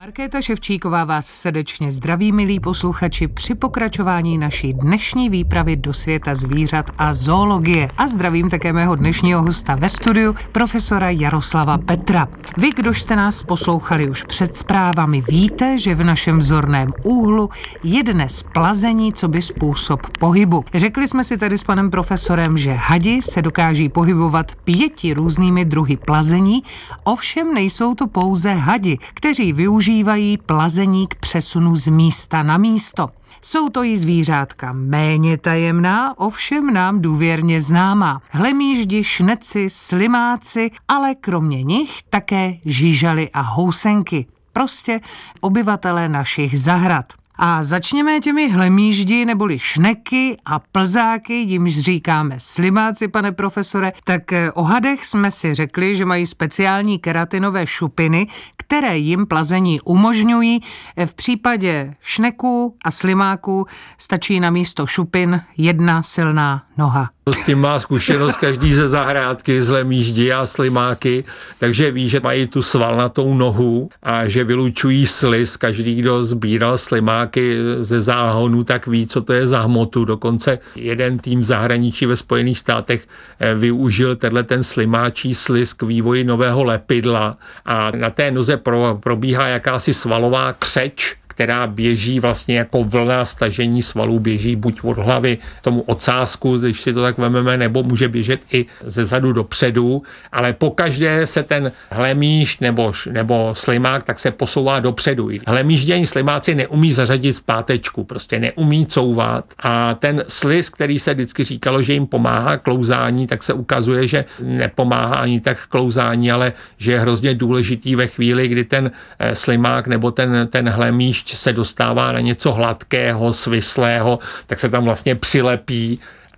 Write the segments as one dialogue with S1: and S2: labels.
S1: Markéta Ševčíková vás srdečně zdraví, milí posluchači, při pokračování naší dnešní výpravy do světa zvířat a zoologie. A zdravím také mého dnešního hosta ve studiu, profesora Jaroslava Petra. Vy, kdož jste nás poslouchali už před zprávami, víte, že v našem zorném úhlu je dnes plazení coby způsob pohybu. Řekli jsme si tady s panem profesorem, že hadi se dokáží pohybovat 5 různými druhy plazení, ovšem nejsou to pouze hadi, kteří využívají plazení k přesunu z místa na místo. Jsou to i zvířátka méně tajemná, ovšem nám důvěrně známá. Hlemýždi, šneci, slimáci, ale kromě nich také žížaly a housenky. Prostě obyvatelé našich zahrad. A začněme těmi hlemýždi neboli šneky a plzáky, jimž říkáme slimáci, pane profesore. Tak o hadech jsme si řekli, že mají speciální keratinové šupiny, které jim plazení umožňují. V případě šneků a slimáků stačí na místo šupin jedna silná noha.
S2: S tím má zkušenost každý ze zahrádky, z hlemýždi a slimáky, takže ví, že mají tu svalnatou nohu a že vylučují sliz. Každý, kdo sbíral slimáky ze záhonu, tak ví, co to je za hmotu. Dokonce jeden tým zahraničí ve Spojených státech využil ten slimáčí sliz k vývoji nového lepidla a na té noze probíhá jakási svalová křeč, která běží vlastně jako vlna stažení svalů, běží buď od hlavy tomu ocásku, když si to tak vememe, nebo může běžet i ze zadu dopředu, ale pokaždé se ten hlemýžd nebo slimák tak se posouvá dopředu. Hlemýždi ani slimáci neumí zařadit zpátečku, prostě neumí couvat a ten sliz, který se vždycky říkalo, že jim pomáhá klouzání, tak se ukazuje, že nepomáhá ani tak klouzání, ale že je hrozně důležitý ve chvíli, kdy ten slimák nebo ten hlemýžd se dostává na něco hladkého, svislého, tak se tam vlastně přilepí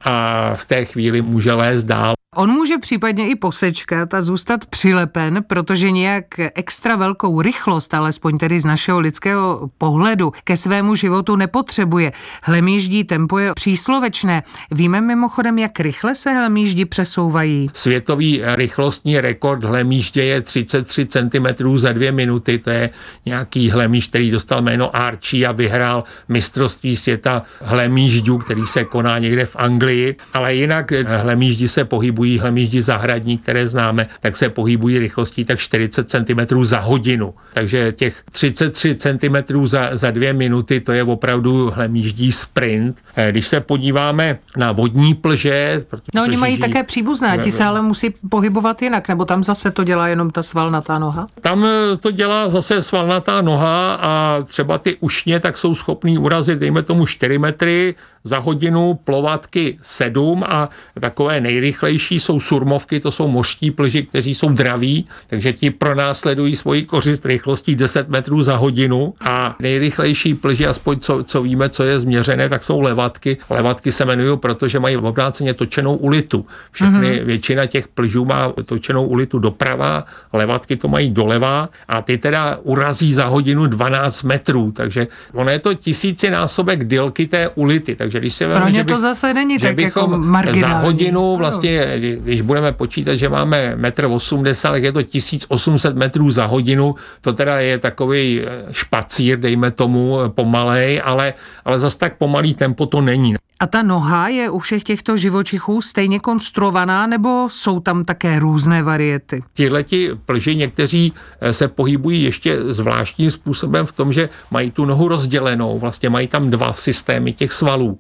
S2: a v té chvíli může lézt dál.
S1: On může případně i posečkat a zůstat přilepen, protože nějak extra velkou rychlost, alespoň tedy z našeho lidského pohledu, ke svému životu nepotřebuje. Hlemýždí tempo je příslovečné. Víme mimochodem, jak rychle se hlemýždi přesouvají?
S2: Světový rychlostní rekord hlemýždě je 33 cm za 2 minuty. To je nějaký hlemýžd, který dostal jméno Archie a vyhrál mistrovství světa hlemýždů, který se koná někde v Anglii. Ale jinak hlemýždi se pohybují, hlemýždi zahradní, které známe, tak se pohybují rychlostí tak 40 cm za hodinu. Takže těch 33 cm za 2 minuty, to je opravdu hlemýždí sprint. Když se podíváme na vodní plže...
S1: No oni mají také příbuzné, ti se ale musí pohybovat jinak, nebo tam zase to dělá jenom ta svalnatá noha?
S2: Tam to dělá zase svalnatá noha a třeba ty ušně tak jsou schopný urazit, dejme tomu 4 metry za hodinu, plovatky 7 a takové nejrychlejší jsou surmovky, to jsou mořští plži, kteří jsou draví, takže ti pronásledují svoji kořist rychlostí 10 metrů za hodinu a nejrychlejší plži, aspoň co víme, co je změřené, tak jsou levatky. Levatky se jmenují, protože mají obráceně točenou ulitu. Většina těch plžů má točenou ulitu doprava, levatky to mají doleva a ty teda urazí za hodinu 12 metrů, takže ono je to 1000násobek délky té ulity, takže když se
S1: veme, že to zase není tak jako marginální.
S2: Za hodinu vlastně, když budeme počítat, že máme 1,80 m, tak je to 1800 metrů za hodinu, to teda je takový špacír, dejme tomu, pomalej, ale zase tak pomalý tempo to není.
S1: A ta noha je u všech těchto živočichů stejně konstruovaná, nebo jsou tam také různé variety?
S2: Tihleti plži někteří se pohybují ještě zvláštním způsobem v tom, že mají tu nohu rozdělenou, vlastně mají tam 2 systémy těch svalů.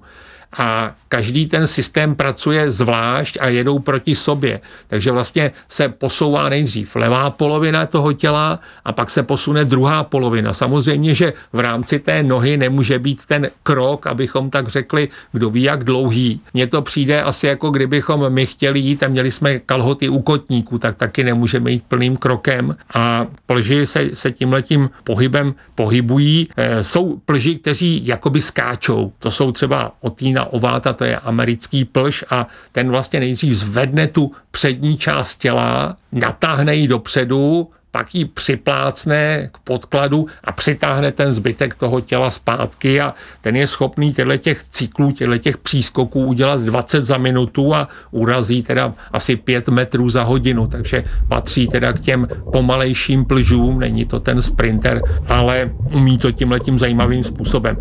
S2: A každý ten systém pracuje zvlášť a jedou proti sobě. Takže vlastně se posouvá nejdřív levá polovina toho těla a pak se posune druhá polovina. Samozřejmě, že v rámci té nohy nemůže být ten krok, abychom tak řekli, kdo ví jak dlouhý. Mně to přijde asi jako kdybychom my chtěli jít a měli jsme kalhoty u kotníků, tak taky nemůžeme jít plným krokem. A plži se tímhletím pohybem pohybují. Jsou plži, kteří jakoby skáčou. To jsou třeba Otina ovata, to je americký plž a ten vlastně nejdřív zvedne tu přední část těla, natáhne ji dopředu, pak ji připlácne k podkladu a přitáhne ten zbytek toho těla zpátky a ten je schopný těch cyklů, těch přískoků udělat 20 za minutu a urazí teda asi 5 metrů za hodinu, takže patří teda k těm pomalejším plžům, není to ten sprinter, ale umí to tímhletím zajímavým způsobem.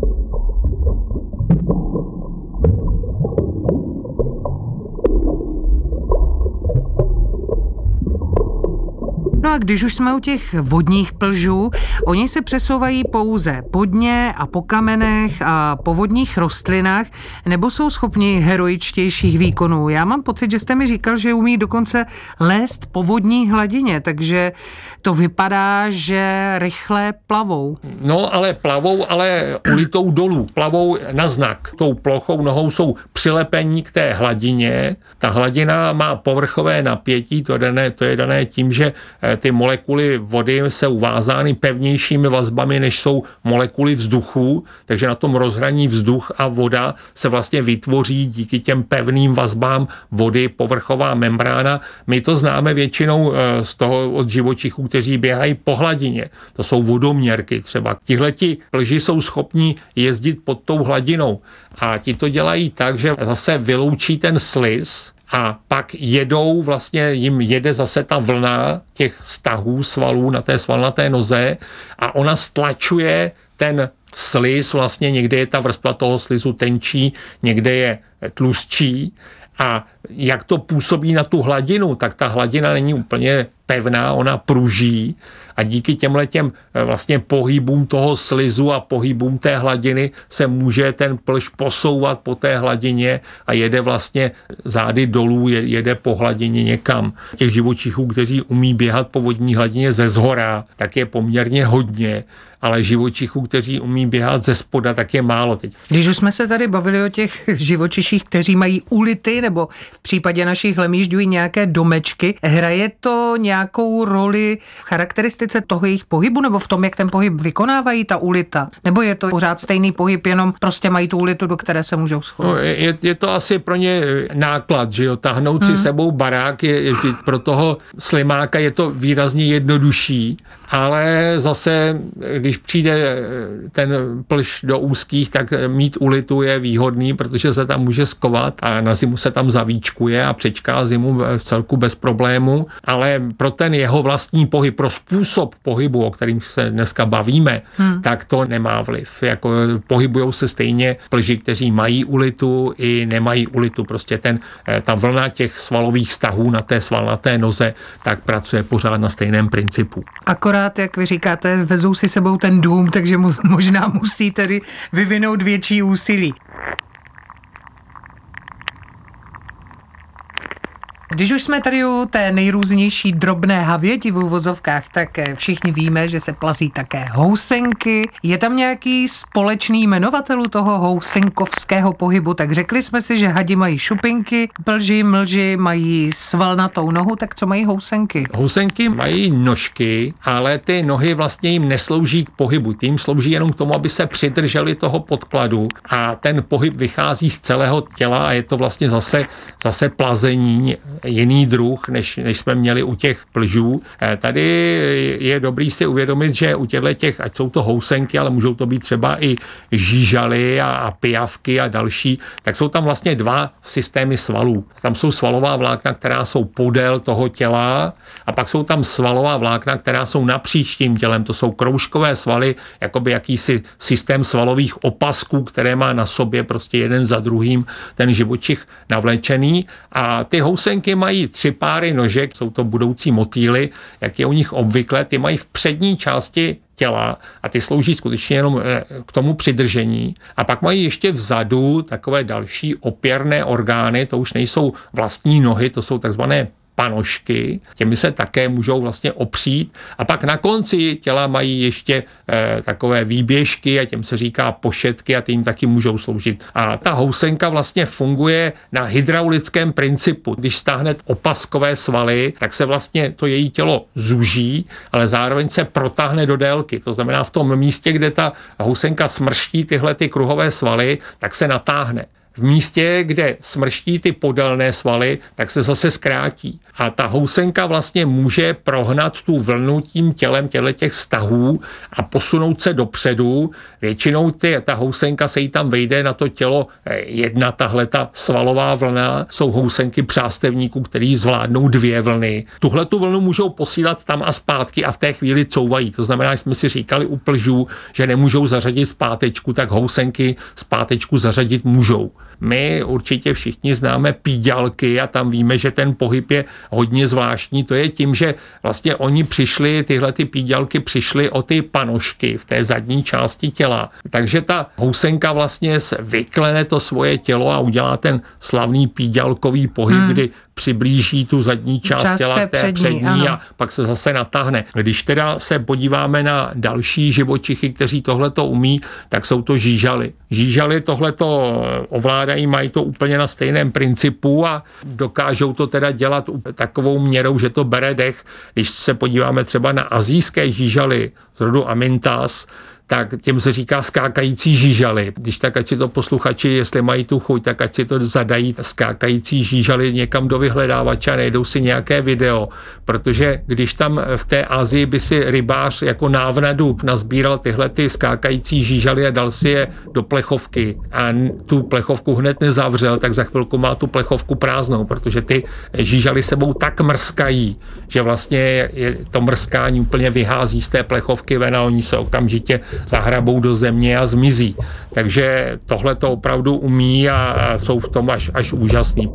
S1: No a když už jsme u těch vodních plžů, oni se přesouvají pouze po dně a po kamenech a po vodních rostlinách, nebo jsou schopni heroičtějších výkonů? Já mám pocit, že jste mi říkal, že umí dokonce lézt po vodní hladině, takže to vypadá, že rychle plavou.
S2: No, ale plavou, ale ulitou dolů. Plavou na znak. Tou plochou nohou jsou přilepení k té hladině. Ta hladina má povrchové napětí, to je dané tím, že ty molekuly vody jsou vázány pevnějšími vazbami, než jsou molekuly vzduchu, takže na tom rozhraní vzduch a voda se vlastně vytvoří díky těm pevným vazbám vody povrchová membrána. My to známe většinou z toho od živočichů, kteří běhají po hladině. To jsou vodoměrky třeba. Tihleti plži jsou schopni jezdit pod tou hladinou a ti to dělají tak, že zase vyloučí ten sliz a pak jedou, vlastně jim jede zase ta vlna těch stahů, svalů na té svalnaté noze a ona stlačuje ten sliz, vlastně někde je ta vrstva toho slizu tenčí, někde je tlustší a jak to působí na tu hladinu, tak ta hladina není úplně pevná, ona pruží a díky těmhletěm vlastně pohybům toho slizu a pohybům té hladiny se může ten plž posouvat po té hladině a jede vlastně zády dolů, jede po hladině někam. Těch živočichů, kteří umí běhat po vodní hladině ze zhora, tak je poměrně hodně, ale živočichů, kteří umí běhat ze spoda, tak je málo teď.
S1: Když už jsme se tady bavili o těch živočiších, kteří mají ulity, nebo v případě našich lemýždů nějaké domečky, hraje to nějakou roli v charakteristice toho jejich pohybu, nebo v tom, jak ten pohyb vykonávají ta ulita? Nebo je to pořád stejný pohyb, jenom prostě mají tu ulitu, do které se můžou schovat?
S2: No, je to asi pro ně náklad, že jo, tahnout si sebou barák je pro toho slimáka je to výrazně jednodušší, ale zase, když přijde ten plž do úzkých, tak mít ulitu je výhodný, protože se tam může skovat a na zimu se tam zavíčkuje a přečká zimu v celku bez problému, ale pro ten jeho vlastní pohyb, pro způsob pohybu, o kterým se dneska bavíme, tak to nemá vliv. Jako pohybujou se stejně plži, kteří mají ulitu i nemají ulitu. Prostě ta vlna těch svalových stahů na té svalnaté noze tak pracuje pořád na stejném principu.
S1: Akorát, jak vy říkáte, vezou si sebou ten dům, takže možná musí tedy vyvinout větší úsilí. Když už jsme tady u té nejrůznější drobné havěti v uvozovkách, tak všichni víme, že se plazí také housenky. Je tam nějaký společný jmenovatel toho housenkovského pohybu? Tak řekli jsme si, že hadi mají šupinky, plži, mlži mají svalnatou nohu, tak co mají housenky?
S2: Housenky mají nožky, ale ty nohy vlastně jim neslouží k pohybu. Tím slouží jenom k tomu, aby se přidrželi toho podkladu a ten pohyb vychází z celého těla a je to vlastně zase plazení, jiný druh, než jsme měli u těch plžů. Tady je dobrý si uvědomit, že u těch, ať jsou to housenky, ale můžou to být třeba i žížaly a pijavky a další, tak jsou tam vlastně dva systémy svalů. Tam jsou svalová vlákna, která jsou podél toho těla a pak jsou tam svalová vlákna, která jsou napříč tím tělem. To jsou kroužkové svaly, jakoby jakýsi systém svalových opasků, které má na sobě prostě jeden za druhým ten živočich navlečený a ty housenky mají 3 páry nožek, jsou to budoucí motýly, jak je u nich obvykle, ty mají v přední části těla a ty slouží skutečně jenom k tomu přidržení. A pak mají ještě vzadu takové další opěrné orgány, to už nejsou vlastní nohy, to jsou takzvané panožky, těmi se také můžou vlastně opřít a pak na konci těla mají ještě takové výběžky a těm se říká pošetky a ty jim taky můžou sloužit. A ta housenka vlastně funguje na hydraulickém principu. Když stáhne opaskové svaly, tak se vlastně to její tělo zuží, ale zároveň se protáhne do délky. To znamená v tom místě, kde ta housenka smrští tyhle ty kruhové svaly, tak se natáhne. V místě, kde smrští ty podélné svaly, tak se zase zkrátí. A ta housenka vlastně může prohnat tu vlnu tím tělem těch stahů a posunout se dopředu. Většinou ta housenka se jí tam vejde na to tělo jedna tahleta svalová vlna. Jsou housenky přástevníků, který zvládnou 2 vlny. Tuhle tu vlnu můžou posílat tam a zpátky a v té chvíli couvají. To znamená, že jsme si říkali u plžů, že nemůžou zařadit zpátečku, tak housenky zpátečku zařadit můžou. My určitě všichni známe píďalky a tam víme, že ten pohyb je hodně zvláštní. To je tím, že vlastně oni tyhle ty píďalky přišly o ty panožky v té zadní části těla. Takže ta housenka vlastně vyklene to svoje tělo a udělá ten slavný píďalkový pohyb, kdy přiblíží tu zadní část těla k té přední a pak se zase natáhne. Když teda se podíváme na další živočichy, kteří tohleto umí, tak jsou to žížaly. Žížaly tohleto ovládají, mají to úplně na stejném principu a dokážou to teda dělat takovou měrou, že to bere dech. Když se podíváme třeba na asijské žížaly z rodu Amintas, tak těm se říká skákající žížaly. Když tak, ať si to posluchači, jestli mají tu chuť, tak ať si to zadají skákající žížaly někam do vyhledávače a najdou si nějaké video, protože když tam v té Asii by si rybář jako návnadu nazbíral tyhle ty skákající žížaly a dal si je do plechovky a tu plechovku hned nezavřel, tak za chvilku má tu plechovku prázdnou, protože ty žížaly sebou tak mrskají, že vlastně to mrskání úplně vyhází z té plechovky ven a oni se okamžitě zahrabou do země a zmizí. Takže tohle to opravdu umí a jsou v tom až úžasný.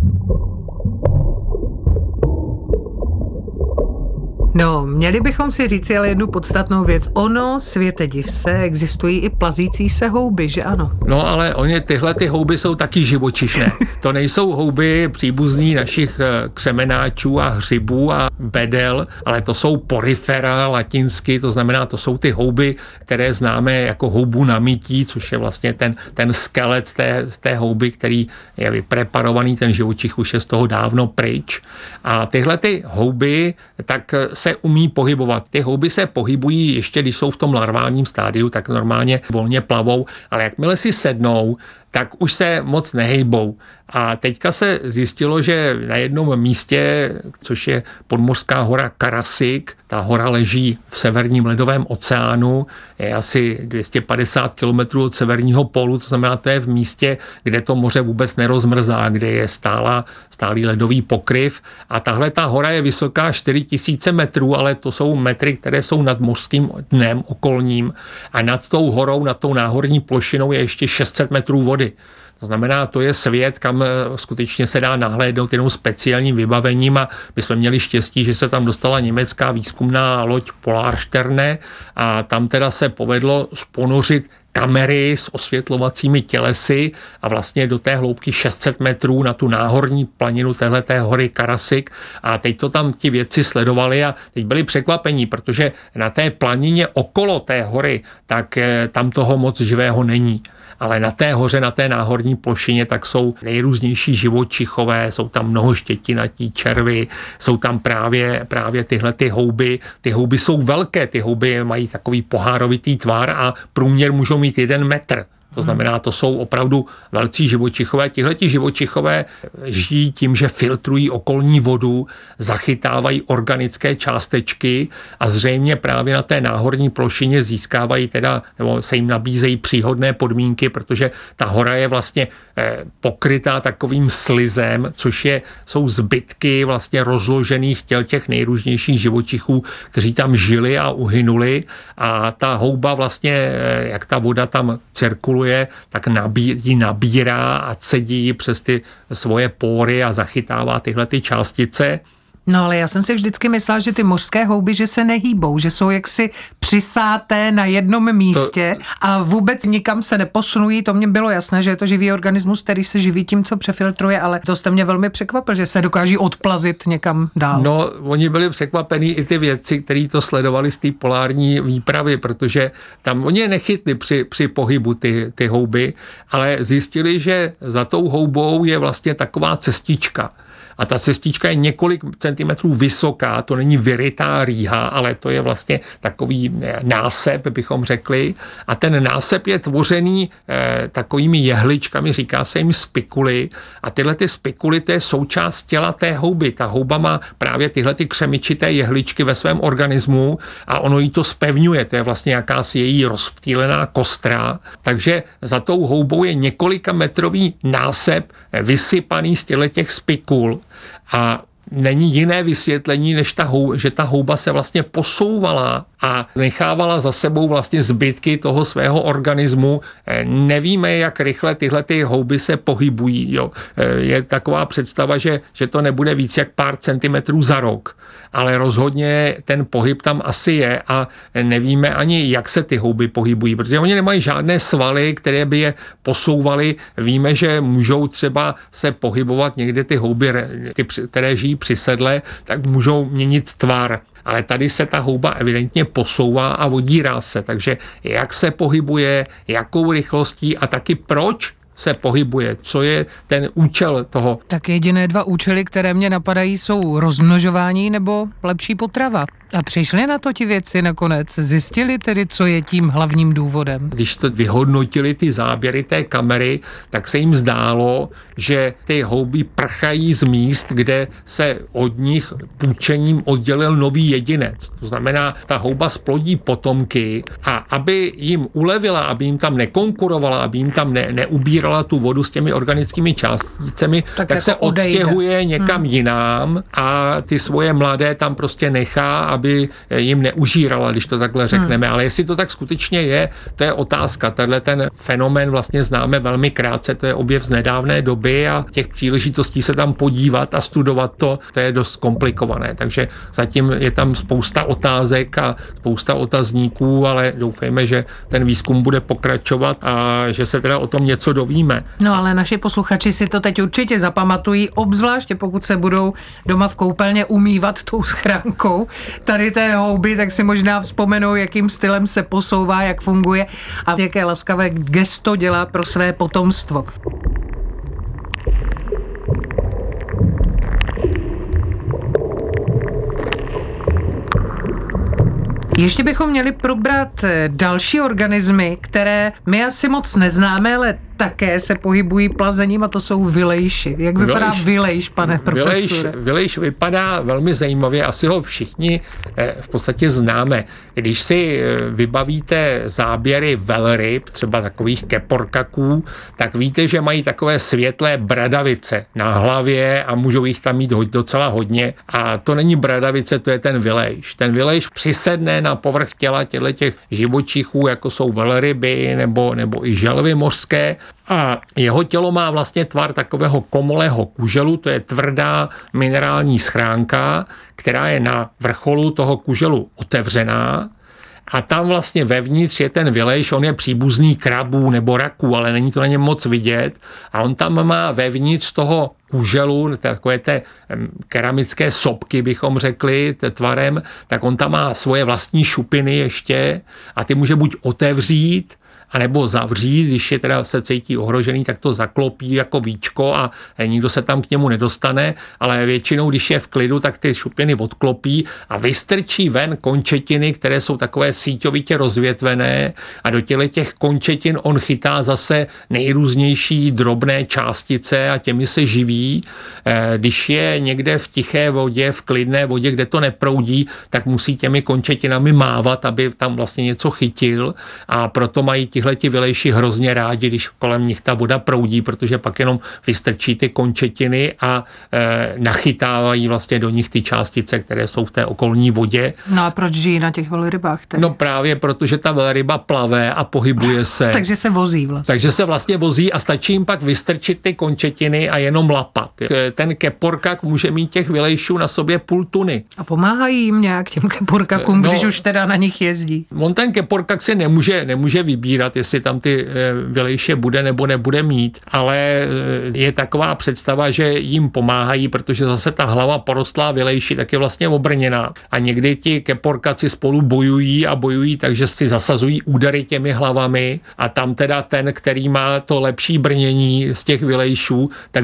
S1: No, měli bychom si říci ale jednu podstatnou věc. Ono, světe div se, existují i plazící se houby, že ano?
S2: No, ale tyhle ty houby jsou taky živočišné. To nejsou houby příbuzný našich ksemenáčů a hřibů a bedel, ale to jsou porifera latinsky, to znamená, to jsou ty houby, které známe jako houbu na mytí, což je vlastně ten skelet té houby, který je vypreparovaný, ten živočich už je z toho dávno pryč. A tyhle ty houby tak se umí pohybovat. Ty houby se pohybují ještě, když jsou v tom larválním stádiu, tak normálně volně plavou, ale jakmile si sednou, tak už se moc nehejbou. A teďka se zjistilo, že na jednom místě, což je podmořská hora Karasik, ta hora leží v severním ledovém oceánu, je asi 250 km od severního pólu, to znamená, to je v místě, kde to moře vůbec nerozmrzá, kde je stálý ledový pokryv. A tahle ta hora je vysoká 4000 metrů, ale to jsou metry, které jsou nad mořským dnem okolním. A nad tou horou, nad tou náhorní plošinou je ještě 600 metrů vody. To znamená, to je svět, kam skutečně se dá nahlédnout jenom speciálním vybavením a my jsme měli štěstí, že se tam dostala německá výzkumná loď Polarsterne a tam teda se povedlo zponořit kamery s osvětlovacími tělesy a vlastně do té hloubky 600 metrů na tu náhorní planinu téhleté hory Karasik a teď to tam ti vědci sledovali a teď byli překvapení, protože na té planině okolo té hory, tak tam toho moc živého není. Ale na té hoře, na té náhorní plošině, tak jsou nejrůznější živočichové, jsou tam mnohoštětinatí červy, jsou tam právě tyhle ty houby. Ty houby jsou velké, ty houby mají takový pohárovitý tvar a průměr můžou mít 1 metr. To znamená, to jsou opravdu velcí živočichové. Tihleti živočichové žijí tím, že filtrují okolní vodu, zachytávají organické částečky a zřejmě právě na té náhorní plošině získávají nebo se jim nabízejí příhodné podmínky, protože ta hora je vlastně pokrytá takovým slizem, což jsou zbytky vlastně rozložených těl těch nejrůznějších živočichů, kteří tam žili a uhynuli a ta houba vlastně, jak ta voda tam cirkuluje, tak ji nabírá a cedí ji přes ty svoje pory a zachytává tyhle ty částice.
S1: No ale já jsem si vždycky myslela, že ty mořské houby, že se nehýbou, že jsou jaksi přisáté na jednom místě a vůbec nikam se neposunují. To mně bylo jasné, že je to živý organismus, který se živí tím, co přefiltruje, ale to jste mě velmi překvapil, že se dokáží odplazit někam dál.
S2: No, oni byli překvapení i ty vědci, kteří to sledovali z té polární výpravy, protože tam oni je nechytli při pohybu ty houby, ale zjistili, že za tou houbou je vlastně taková cestička. a ta cestička je několik centimetrů vysoká, to není vyrytá rýha, ale to je vlastně takový násep, bychom řekli, a ten násep je tvořený takovými jehličkami, říká se jim spikuly, a tyhle ty spikuly, to je součást těla té houby. Ta houba má právě tyhle ty křemičité jehličky ve svém organismu a ono jí to zpevňuje, to je vlastně jakási její rozptýlená kostra, takže za tou houbou je několika metrový násep vysypaný z těch spikul a není jiné vysvětlení, než že ta houba se vlastně posouvala a nechávala za sebou vlastně zbytky toho svého organismu. Nevíme, jak rychle tyhle ty houby se pohybují. Jo. Je taková představa, že to nebude víc jak pár centimetrů za rok, ale rozhodně ten pohyb tam asi je a nevíme ani, jak se ty houby pohybují, protože oni nemají žádné svaly, které by je posouvaly. Víme, že můžou třeba se pohybovat někde ty houby, které žijí při sedle, tak můžou měnit tvar. Ale tady se ta houba evidentně posouvá a odírá se, takže jak se pohybuje, jakou rychlostí a taky proč se pohybuje, co je ten účel toho.
S1: Tak jediné dva účely, které mě napadají, jsou rozmnožování nebo lepší potrava. A přišli na to ti vědci nakonec? Zjistili tedy, co je tím hlavním důvodem?
S2: Když to vyhodnotili ty záběry té kamery, tak se jim zdálo, že ty houby prchají z míst, kde se od nich půjčením oddělil nový jedinec. To znamená, ta houba splodí potomky a aby jim ulevila, aby jim tam nekonkurovala, aby jim tam neubírala tu vodu s těmi organickými částicemi, tak jako se odstěhuje někam jinam a ty svoje mladé tam prostě nechá, aby jim neužírala, když to takhle řekneme. Ale jestli to tak skutečně je, to je otázka. Tenhle ten fenomén vlastně známe velmi krátce, to je objev z nedávné doby a těch příležitostí se tam podívat a studovat to je dost komplikované. Takže zatím je tam spousta otázek a spousta otazníků, ale doufejme, že ten výzkum bude pokračovat a že se teda o tom něco dovíme.
S1: No ale naši posluchači si to teď určitě zapamatují, obzvláště pokud se budou doma v koupelně umývat tou schránkou tady té houby, tak si možná vzpomenou, jakým stylem se posouvá, jak funguje a jaké laskavé gesto dělá pro své potomstvo. Ještě bychom měli probrat další organismy, které my asi moc neznáme, ale také se pohybují plazením a to jsou vylejši. Jak vypadá vylejš, pane profesore?
S2: Vylejš vypadá velmi zajímavě, asi ho všichni v podstatě známe. Když si vybavíte záběry velryb, třeba takových keporkaků, tak víte, že mají takové světlé bradavice na hlavě a můžou jich tam mít docela hodně. A to není bradavice, to je ten vylejš. Ten vylejš přisedne na povrch těla těch živočichů, jako jsou velryby nebo i želvy mořské. A jeho tělo má vlastně tvar takového komolého kuželu, to je tvrdá minerální schránka, která je na vrcholu toho kuželu otevřená. A tam vlastně vevnitř je ten vylejš, on je příbuzný krabů nebo raků, ale není to na něm moc vidět. A on tam má vevnitř toho kuželu, takové té keramické sopky, bychom řekli, tvarem, tak on tam má svoje vlastní šupiny ještě a ty může buď otevřít, a nebo zavřít, když je teda se cítí ohrožený, tak to zaklopí jako víčko a nikdo se tam k němu nedostane, ale většinou, když je v klidu, tak ty šupiny odklopí a vystrčí ven končetiny, které jsou takové síťovitě rozvětvené a do těch končetin on chytá zase nejrůznější drobné částice a těmi se živí. Když je někde v tiché vodě, v klidné vodě, kde to neproudí, tak musí těmi končetinami mávat, aby tam vlastně něco chytil a proto mají tihleti vylejši hrozně rádi, když kolem nich ta voda proudí, protože pak jenom vystrčí ty končetiny a nachytávají vlastně do nich ty částice, které jsou v té okolní vodě.
S1: No a proč žijí na těch velrybách tedy?
S2: No právě protože ta velryba plave a pohybuje se.
S1: Takže se vozí vlastně.
S2: Takže se vlastně vozí a stačí jim pak vystrčit ty končetiny a jenom lapat. Ten keporkak může mít těch vylejšů na sobě 0,5 tuny.
S1: A pomáhají jim nějak těm keporkakům, když už teda na nich jezdí?
S2: On ten keporkak si nemůže vybírat, jestli tam ty vylejše bude nebo nebude mít, ale je taková představa, že jim pomáhají, protože zase ta hlava porostlá vylejši tak je vlastně obrněná a někdy ti keporkaci spolu bojují, takže si zasazují údery těmi hlavami a tam teda ten, který má to lepší brnění z těch vylejšů, tak zasadí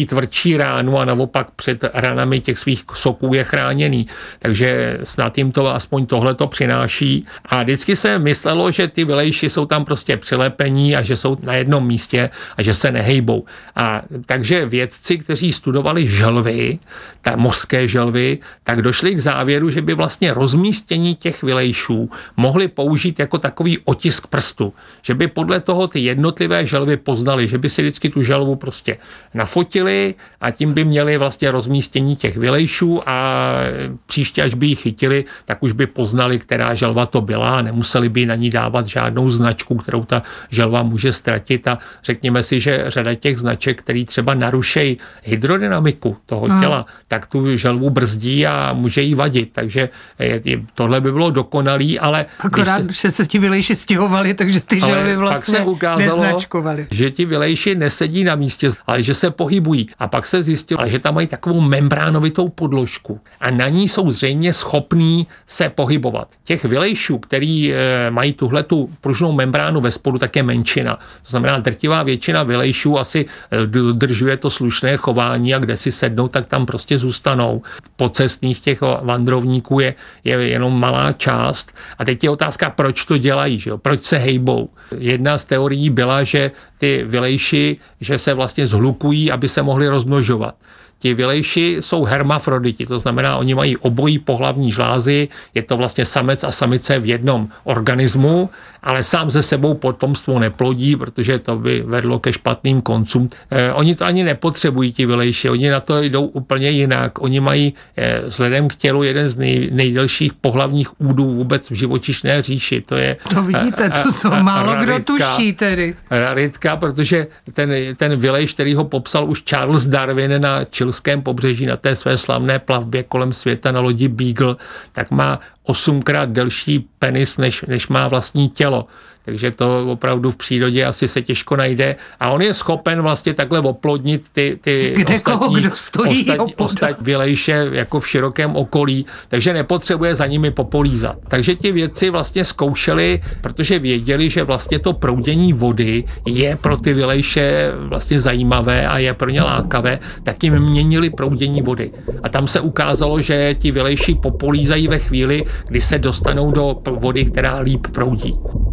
S2: tvrdší ránu a naopak před ranami těch svých soků je chráněný. Takže snad jim to aspoň tohleto přináší. A vždycky se myslelo, že ty vylejši jsou tam prostě přilepení a že jsou na jednom místě a že se nehejbou. A takže vědci, kteří studovali želvy, mořské želvy, tak došli k závěru, že by vlastně rozmístění těch vylejšů mohli použít jako takový otisk prstu. Že by podle toho ty jednotlivé želvy poznali, že by si vždycky tu želvu prostě nafotili a tím by měli vlastně rozmístění těch vylejšů a příště, až by ji chytili, tak už by poznali, která želva to byla a nemuseli by na ní dávat žádnou značku, kterou ta želva může ztratit a řekněme si, že řada těch značek, který třeba narušejí hydrodynamiku toho těla, tak tu želvu brzdí a může jí vadit. Takže tohle by bylo dokonalý, ale...
S1: Akorát, že se ti vylejši stěhovali, takže ty želvy vlastně neznačkovaly.
S2: Že ti vylejši nesedí na místě, ale že se pohybují. A pak se zjistilo, že tam mají takovou membránovitou podložku a na ní jsou zřejmě schopní se pohybovat. Těch vylejšů, který mají tuhletu pružnou membránu ve spodu, tak je menšina. To znamená, drtivá většina vylejšů asi dodržuje to slušné chování a kde si sednou, tak tam prostě zůstanou. Pocestných těch vandrovníků je jenom malá část. A teď je otázka, proč to dělají, že jo? Proč se hejbou. Jedna z teorií byla, že ty vylejši, že se vlastně zhlukují, aby se mohli rozmnožovat. Ti vylejši jsou hermafroditi, to znamená, oni mají obojí pohlavní žlázy, je to vlastně samec a samice v jednom organismu, ale sám ze sebou potomstvo neplodí, protože to by vedlo ke špatným koncům. Oni to ani nepotřebují, ti vylejši, oni na to jdou úplně jinak. Oni mají vzhledem k tělu jeden z nejdelších pohlavních údů vůbec v živočišné říši.
S1: To vidíte, to jsou málo kdo tuší tedy.
S2: Raritka, protože ten vylejš, který ho popsal už Charles Darwin na chilském pobřeží na té své slavné plavbě kolem světa na lodi Beagle, tak má 8krát delší penis, než má vlastní tělo. Takže to opravdu v přírodě asi se těžko najde. A on je schopen vlastně takhle oplodnit ty ostatní vylejše jako v širokém okolí, takže nepotřebuje za nimi popolízat. Takže ti vědci vlastně zkoušeli, protože věděli, že vlastně to proudění vody je pro ty vylejše vlastně zajímavé a je pro ně lákavé, tak jim měnili proudění vody. A tam se ukázalo, že ti vylejši popolízají ve chvíli, kdy se dostanou do vody, která líp proudí.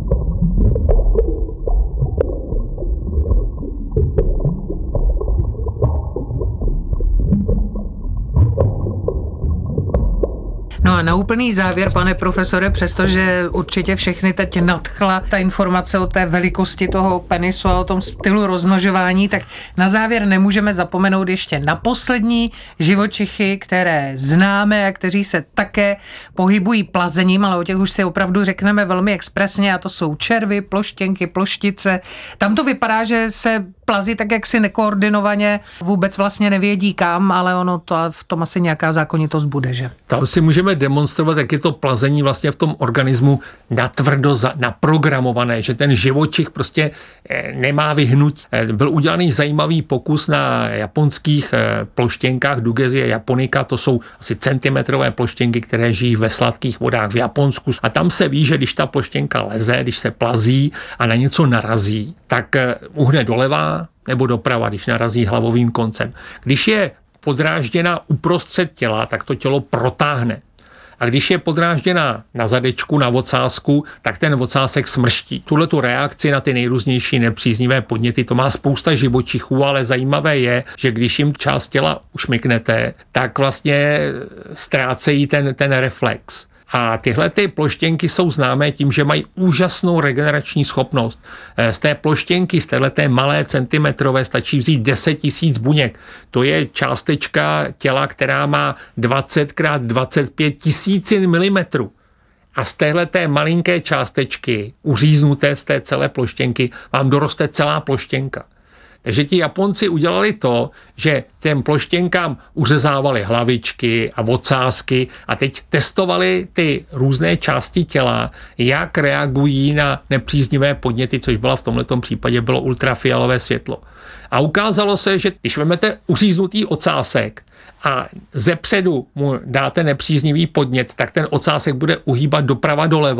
S1: No a na úplný závěr, pane profesore, přestože určitě všechny teď nadchla ta informace o té velikosti toho penisu a o tom stylu rozmnožování, tak na závěr nemůžeme zapomenout ještě na poslední živočichy, které známe a kteří se také pohybují plazením, ale o těch už si opravdu řekneme velmi expresně, a to jsou červy, ploštěnky, ploštice. Tam to vypadá, že se plazí tak jaksi nekoordinovaně, vůbec vlastně nevědí kam, ale ono to v tom asi nějaká zákonitost bude, že?
S2: Tam si můžeme demonstrovat, jak je to plazení vlastně v tom organismu natvrdo naprogramované, že ten živočich prostě nemá vyhnutí. Byl udělaný zajímavý pokus na japonských ploštěnkách Dugesia japonica, to jsou asi centimetrové ploštěnky, které žijí ve sladkých vodách v Japonsku. A tam se ví, že když ta ploštěnka leze, když se plazí a na něco narazí, tak uhne doleva nebo doprava, když narazí hlavovým koncem. Když je podrážděná uprostřed těla, tak to tělo protáhne. A když je podrážděná na zadečku, na ocásku, tak ten ocásek smrští. Tuhletu reakci na ty nejrůznější nepříznivé podněty, to má spousta živočichů, ale zajímavé je, že když jim část těla ušmyknete, tak vlastně ztrácejí ten reflex. A tyhle ty ploštěnky jsou známé tím, že mají úžasnou regenerační schopnost. Z té ploštěnky, z téhleté malé centimetrové, stačí vzít 10 000 buněk. To je částečka těla, která má 20x25 000 milimetrů. A z téhleté malinké částečky, uříznuté z té celé ploštěnky, vám doroste celá ploštěnka. Takže ti Japonci udělali to, že těm ploštěnkám uřezávali hlavičky a ocásky a teď testovali ty různé části těla, jak reagují na nepříznivé podněty, což byla v tomhletom případě bylo ultrafialové světlo. A ukázalo se, že když vezmete uříznutý ocásek a zepředu mu dáte nepříznivý podnět, tak ten ocásek bude uhýbat doprava doleva.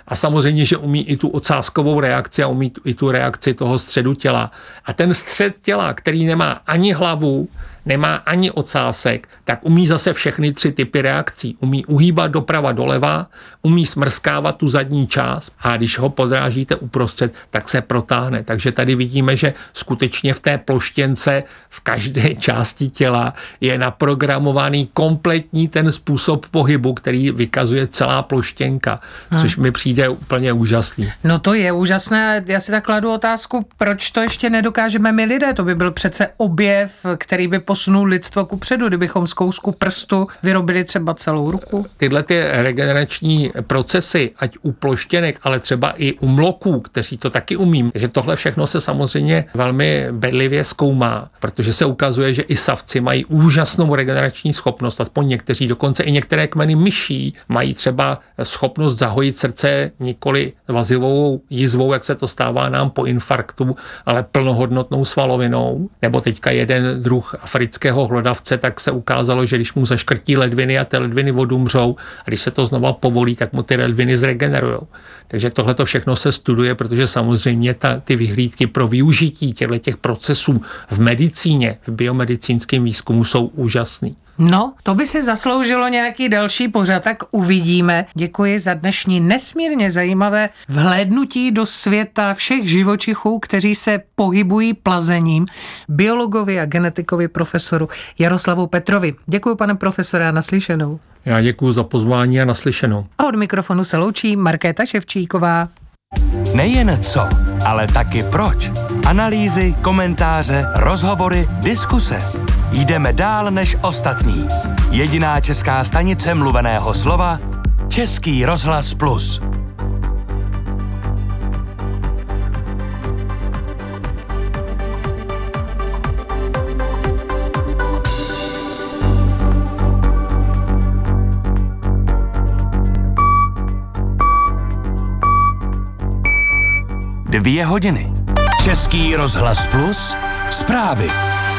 S2: A samozřejmě, že umí i tu ocáskovou reakci a umí i tu reakci toho středu těla. A ten střed těla, který nemá ani hlavu, nemá ani ocásek, tak umí zase všechny 3 typy reakcí. Umí uhýbat doprava doleva, umí smrskávat tu zadní část a když ho podrážíte uprostřed, tak se protáhne. Takže tady vidíme, že skutečně v té ploštěnce v každé části těla je naprogramovaný kompletní ten způsob pohybu, který vykazuje celá ploštěnka, což mi přijde úplně úžasný.
S1: No to je úžasné. Já si tak kladu otázku, proč to ještě nedokážeme my lidé? To by byl přece objev, který by posunul lidstvo kupředu, kdybychom z kousku prstu vyrobili třeba celou ruku.
S2: Tyhle ty regenerační procesy, ať u ploštěnek, ale třeba i u mloků, kteří to taky umí, že tohle všechno se samozřejmě velmi bedlivě zkoumá, protože se ukazuje, že i savci mají úžasnou regenerační schopnost, aspoň někteří, dokonce i některé kmeny myší mají třeba schopnost zahojit srdce nikoli vazivou jizvou, jak se to stává nám po infarktu, ale plnohodnotnou svalovinou. Nebo teďka jeden druh afrického hlodavce, tak se ukázalo, že když mu zaškrtí ledviny a ty ledviny odumřou, a když se to znova povolí, tak mu ty ledviny zregenerujou. Takže tohle to všechno se studuje, protože samozřejmě ty vyhlídky pro využití těchto procesů v medicíně, v biomedicínském výzkumu jsou úžasný.
S1: No, to by si zasloužilo nějaký další pořad, tak uvidíme. Děkuji za dnešní nesmírně zajímavé vhlédnutí do světa všech živočichů, kteří se pohybují plazením, biologovi a genetikovi profesoru Jaroslavu Petrovi. Děkuji, pane profesore, a naslyšenou.
S2: Já děkuji za pozvání a naslyšenou.
S1: A od mikrofonu se loučí Markéta Ševčíková.
S3: Nejen co, ale taky proč. Analýzy, komentáře, rozhovory, diskuse. Jdeme dál než ostatní. Jediná česká stanice mluveného slova Český rozhlas Plus. Dvě hodiny. Český rozhlas Plus. Zprávy.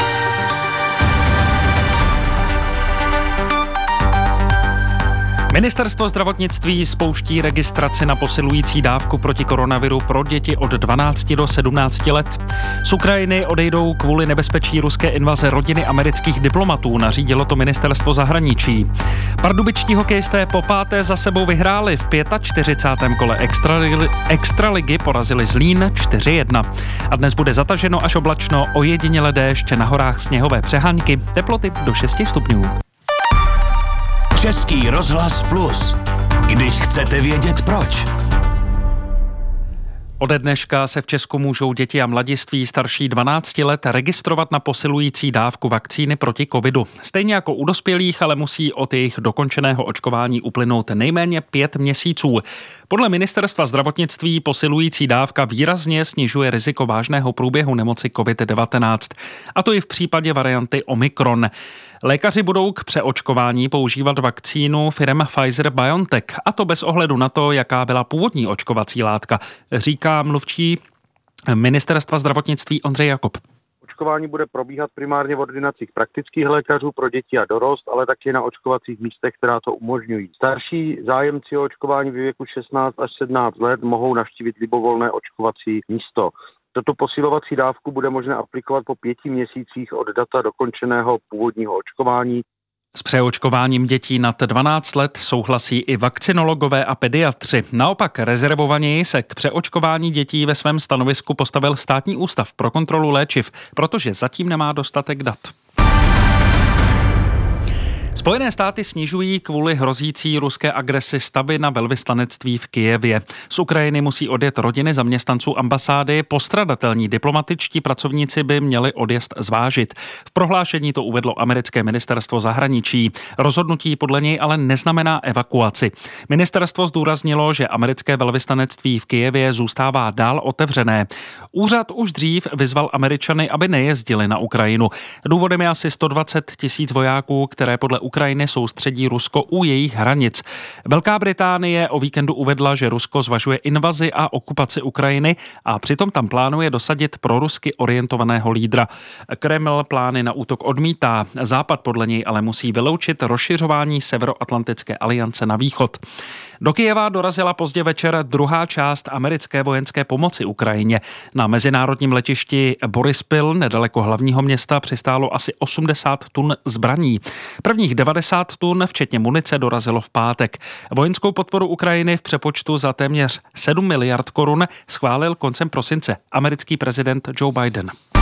S4: Ministerstvo zdravotnictví spouští registraci na posilující dávku proti koronaviru pro děti od 12 do 17 let. Z Ukrajiny odejdou kvůli nebezpečí ruské invaze rodiny amerických diplomatů, nařídilo to ministerstvo zahraničí. Pardubičtí hokejisté po páté za sebou vyhráli, v 45. kole extraligy porazili Zlín 4-1. A dnes bude zataženo až oblačno, ojediněle déšť, na horách sněhové přehánky, teploty do 6 stupňů.
S3: Český rozhlas Plus. Když chcete vědět proč.
S4: Ode dneška se v Česku můžou děti a mladiství starší 12 let registrovat na posilující dávku vakcíny proti covidu. Stejně jako u dospělých, ale musí od jejich dokončeného očkování uplynout nejméně 5 měsíců. Podle ministerstva zdravotnictví posilující dávka výrazně snižuje riziko vážného průběhu nemoci COVID-19. A to i v případě varianty Omikron. Lékaři budou k přeočkování používat vakcínu firem Pfizer-BioNTech, a to bez ohledu na to, jaká byla původní očkovací látka, říká mluvčí ministerstva zdravotnictví Ondřej Jakob.
S5: Očkování bude probíhat primárně v ordinacích praktických lékařů pro děti a dorost, ale taky na očkovacích místech, která to umožňují. Starší zájemci o očkování ve věku 16 až 17 let mohou navštívit libovolné očkovací místo. Toto posilovací dávku bude možné aplikovat po 5 měsících od data dokončeného původního očkování.
S4: S přeočkováním dětí nad 12 let souhlasí i vakcinologové a pediatři. Naopak rezervovaněji se k přeočkování dětí ve svém stanovisku postavil Státní ústav pro kontrolu léčiv, protože zatím nemá dostatek dat. Spojené státy snižují kvůli hrozící ruské agresi staby na velvyslanectví v Kyjevě. Z Ukrajiny musí odjet rodiny zaměstnanců ambasády, postradatelní diplomatičtí pracovníci by měli odjezd zvážit. V prohlášení to uvedlo americké ministerstvo zahraničí. Rozhodnutí podle něj ale neznamená evakuaci. Ministerstvo zdůraznilo, že americké velvyslanectví v Kyjevě zůstává dál otevřené. Úřad už dřív vyzval Američany, aby nejezdili na Ukrajinu. Důvodem je asi 120 000 vojáků, které podle Ukrajiny soustředí Rusko u jejich hranic. Velká Británie o víkendu uvedla, že Rusko zvažuje invazi a okupaci Ukrajiny a přitom tam plánuje dosadit prorusky orientovaného lídra. Kreml plány na útok odmítá. Západ podle něj ale musí vyloučit rozšiřování Severoatlantické aliance na východ. Do Kyjeva dorazila pozdě večer druhá část americké vojenské pomoci Ukrajině. Na mezinárodním letišti Borispil nedaleko hlavního města přistálo asi 80 tun zbraní. Prvních 90 tun, včetně munice, dorazilo v pátek. Vojenskou podporu Ukrajiny v přepočtu za téměř 7 miliard korun schválil koncem prosince americký prezident Joe Biden.